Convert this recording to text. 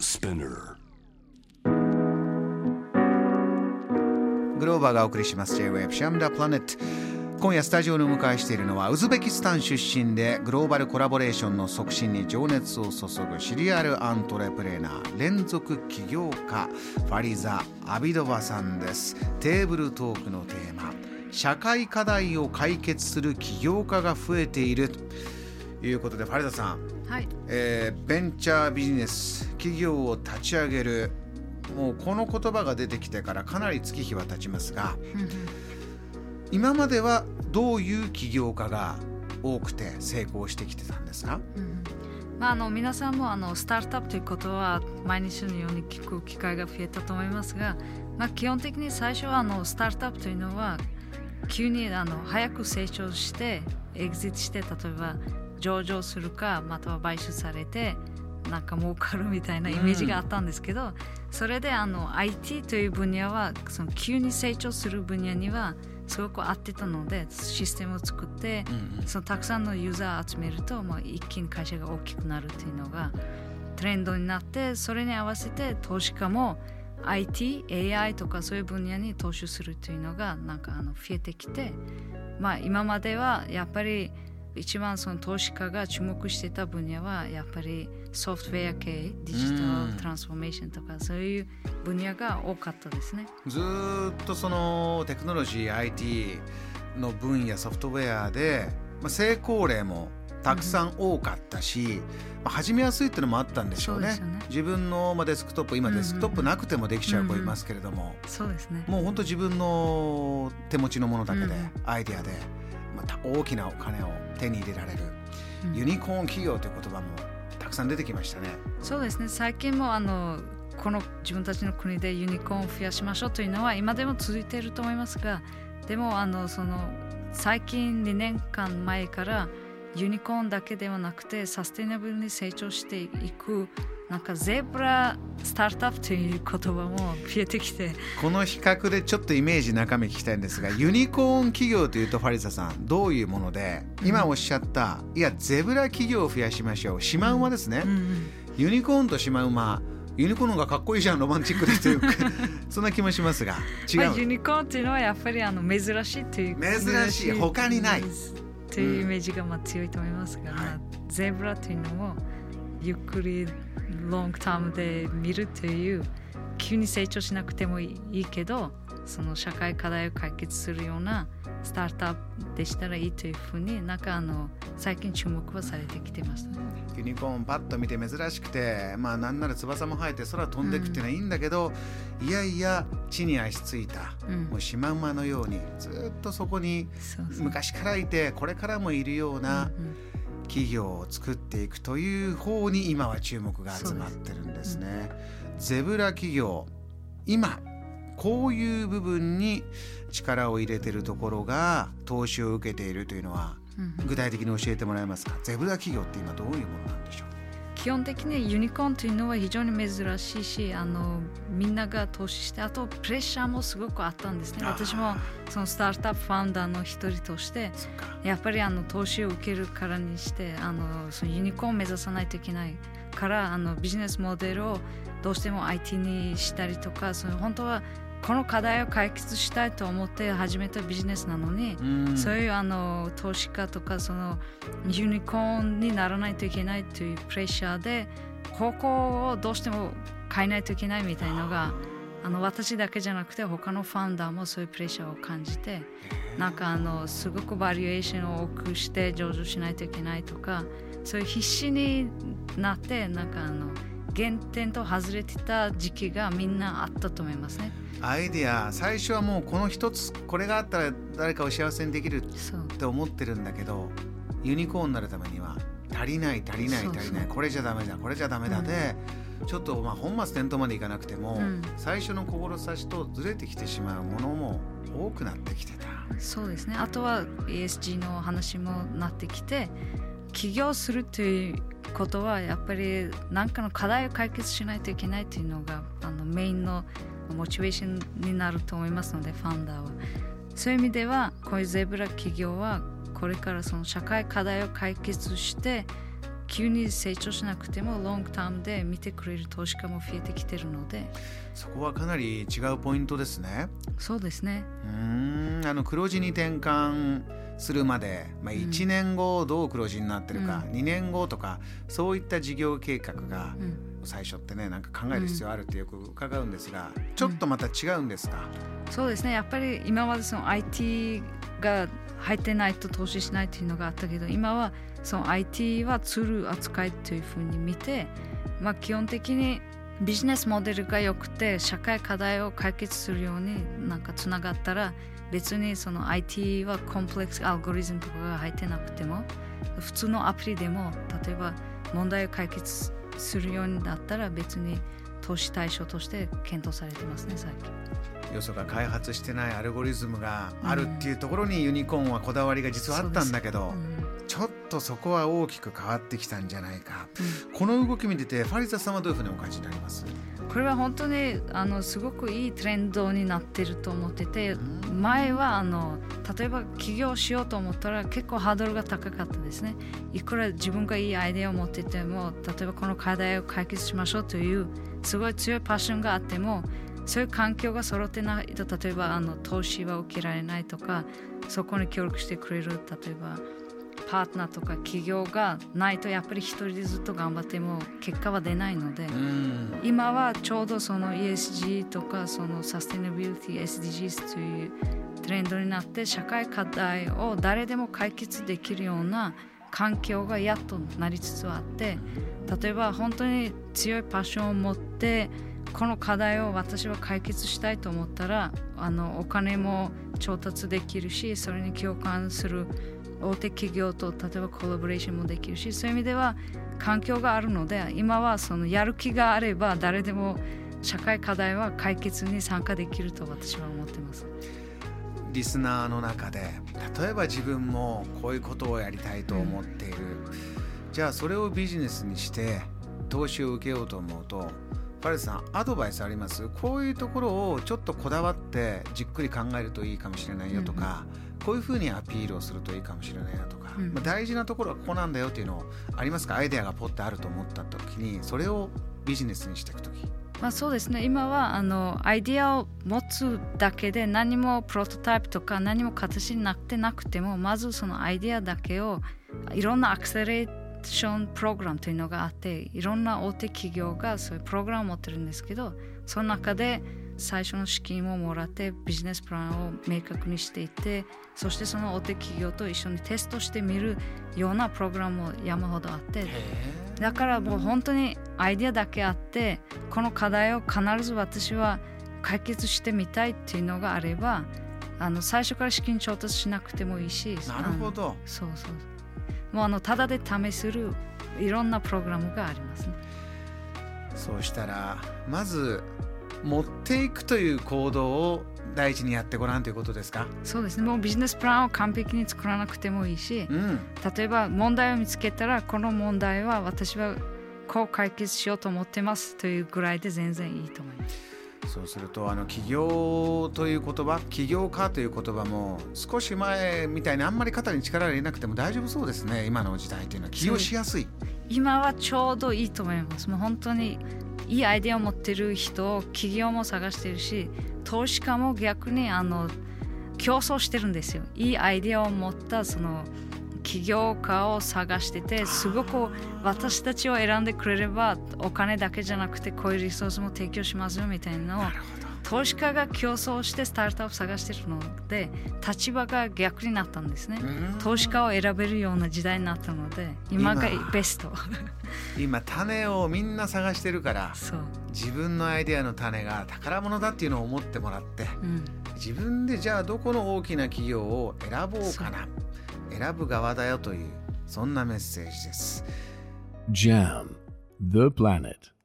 Spinner。 グローバーがお送りします J-Wave シャムダプラネット。今夜スタジオにお迎えしているのはウズベキスタン出身でグローバルコラボレーションの促進に情熱を注ぐシリアルアントレプレーナー、連続起業家ファリザ・アビドバさんです。テーブルトークのテーマ、社会課題を解決する起業家が増えているということで、ファリザさん、 はい、 ベンチャービジネス企業を立ち上げる、もうこの言葉が出てきてからかなり月日は経ちますが今まではどういう起業家が多くて成功してきてたんですか？ 皆さんもスタートアップということは毎日のように聞く機会が増えたと思いますが、基本的に最初はスタートアップというのは急に早く成長してエグジットして、例えば上場するかまたは買収されてなんか儲かるみたいなイメージがあったんですけど、それでIT という分野はその急に成長する分野にはすごく合ってたので、システムを作って、そのたくさんのユーザーを集めると、一気に会社が大きくなるというのがトレンドになって、それに合わせて投資家も IT、AI とかそういう分野に投資するというのがなんか増えてきて、今まではやっぱり一番その投資家が注目していた分野はやっぱりソフトウェア系、デジタルトランスフォーメーションとかそういう分野が多かったですね。 ずっとそのテクノロジー IT の分野ソフトウェアで、成功例もたくさん多かったし、始めやすいっていうのもあったんでしょうね。自分のデスクトップ、今デスクトップなくてもできちゃう子いますけれども、 そうですね、 もう本当自分の手持ちのものだけで、アイデアで大きなお金を手に入れられる、ユニコーン企業という言葉もたくさん出てきましたね。 そうですね、最近もこの自分たちの国でユニコーンを増やしましょうというのは今でも続いていると思いますが、でもその最近2年間前からユニコーンだけではなくてサステナブルに成長していくなんかゼブラスタートアップという言葉も増えてきて、 この比較でちょっとイメージ中身聞きたいんですが、ユニコーン企業というとファリザさんどういうもので、今おっしゃったいやゼブラ企業を増やしましょう、シマウマですね、ユニコーンとシマウマ、ユニコーンの方がかっこいいじゃん、ロマンチックでというかそんな気もしますが違う、 ユニコーンというのはやっぱり珍しいという珍しい、他にないというイメージが強いと思いますが、ゼブラというのもゆっくりロングタームで見るという、急に成長しなくてもいいけどその社会課題を解決するようなスタートアップでしたらいいというふうになんか最近注目はされてきてます、ね、 ユニコーンパッと見て珍しくて、なんなら翼も生えて空飛んでいくっていうのはいいんだけど、いやいや地に足ついた、もうシマウマのようにずっとそこに昔からいてこれからもいるような企業を作っていくという方に今は注目が集まってるんですね。ゼブラ企業、今こういう部分に力を入れているところが投資を受けているというのは、具体的に教えてもらえますか？ゼブラ企業って今どういうものなんでしょう？ 基本的にユニコーンというのは非常に珍しいし、みんなが投資して、あとプレッシャーもすごくあったんですね。私もそのスタートアップファウンダーの一人としてやっぱり投資を受けるからにしてそのユニコーンを目指さないといけないからビジネスモデルをどうしても IT にしたりとか、その本当はこの課題を解決したいと思って始めたビジネスなのに、そういう投資家とかそのユニコーンにならないといけないというプレッシャーで方向をどうしても変えないといけないみたいなのが私だけじゃなくて他のファウンダーもそういうプレッシャーを感じて、なんかすごくバリエーションを多くして上場しないといけないとか、そういう必死になってなんか原点と外れてた時期がみんなあったと思いますね。 アイデア最初はもうこの一つこれがあったら誰かを幸せにできるって思ってるんだけど、ユニコーンになるためには足りない、これじゃダメだこれじゃダメだで、ちょっと本末転倒までいかなくても、最初の志とずれてきてしまうものも多くなってきてた。 そうですね。あとは ESG の話もなってきて、起業するということはやっぱり何かの課題を解決しないといけないというのがメインのモチベーションになると思いますので、ファウンダーはそういう意味ではこういうゼブラ企業はこれからその社会課題を解決して急に成長しなくてもロングタームで見てくれる投資家も増えてきてるので、 そこはかなり違うポイントですね。 そうですね。 黒字に転換するまで、1年後どう黒字になってるか、2年後とかそういった事業計画が最初ってね、なんか考える必要あるってよく伺うんですが、ちょっとまた違うんですか？ そうですね。やっぱり今までその IT が入ってないと投資しないっていうのがあったけど、今はその IT はツール扱いというふうに見て、基本的にビジネスモデルが良くて社会課題を解決するようになんかつながったら、別にその IT はコンプレックスアルゴリズムとかが入ってなくても、普通のアプリでも例えば問題を解決するようになったら別に投資対象として検討されてますね、最近。 よそが開発してないアルゴリズムがあるっていうところにユニコーンはこだわりが実はあったんだけど、ちょっとそこは大きく変わってきたんじゃないか、この動き見ててファリザさんはどういうふうにお感じになります？ これは本当にすごくいいトレンドになってると思ってて、前は例えば起業しようと思ったら結構ハードルが高かったですね。いくら自分がいいアイデアを持ってても、例えばこの課題を解決しましょうというすごい強いパッションがあっても、そういう環境が揃ってないと、例えば投資は受けられないとか、そこに協力してくれる例えばパートナーとか企業がないと、やっぱり一人でずっと頑張っても結果は出ないので、今はちょうどその ESG とかそのサステナビリティ SDGs というトレンドになって、社会課題を誰でも解決できるような環境がやっとなりつつあって、例えば本当に強いパッションを持ってこの課題を私は解決したいと思ったら、お金も調達できるし、それに共感する大手企業と例えばコラボレーションもできるし、そういう意味では環境があるので、今はそのやる気があれば誰でも社会課題は解決に参加できると私は思ってます。 リスナーの中で例えば自分もこういうことをやりたいと思っている、じゃあそれをビジネスにして投資を受けようと思うと、ファリザさんアドバイスあります？こういうところをちょっとこだわってじっくり考えるといいかもしれないよとか、こういうふうにアピールをするといいかもしれないよとか、大事なところはここなんだよっていうのありますか？アイデアがポッてあると思った時にそれをビジネスにしていく時。 そうですね。今はアイデアを持つだけで何もプロトタイプとか何も形になってなくても、まずそのアイデアだけをいろんなアクセレーションプログラムというのがあって、いろんな大手企業がそういうプログラムを持ってるんですけど、その中で最初の資金をもらってビジネスプランを明確にしていって、そしてその大手企業と一緒にテストしてみるようなプログラムも山ほどあって、だからもう本当にアイデアだけあって、この課題を必ず私は解決してみたいっていうのがあれば、最初から資金調達しなくてもいいし。 なるほど。 そうもうただで試せるいろんなプログラムがありますね。 そうしたらまず持っていくという行動を第一にやってごらんということですか？ そうですね。もうビジネスプランを完璧に作らなくてもいいし、例えば問題を見つけたら、この問題は私はこう解決しようと思ってますというぐらいで全然いいと思います。 そうすると起業という言葉、起業家という言葉も少し前みたいにあんまり肩に力を入れなくても大丈夫そうですね。今の時代というのは起業しやすい。 今はちょうどいいと思います。もう本当にいいアイデアを持ってる人を企業も探してるし、投資家も逆に競争してるんですよ。いいアイデアを持ったその起業家を探してて、すごく私たちを選んでくれればお金だけじゃなくてこういうリソースも提供しますよみたいなのを投資家が競争してスタートアップ探してるので、立場が逆になったんですね。投資家を選べるような時代になったので、今がベスト。 今種をみんな探してるから、自分のアイデアの種が宝物だっていうのを思ってもらって、自分でじゃあどこの大きな企業を選ぼうかな、選ぶ側だよという、そんなメッセージです。 JAM The Planet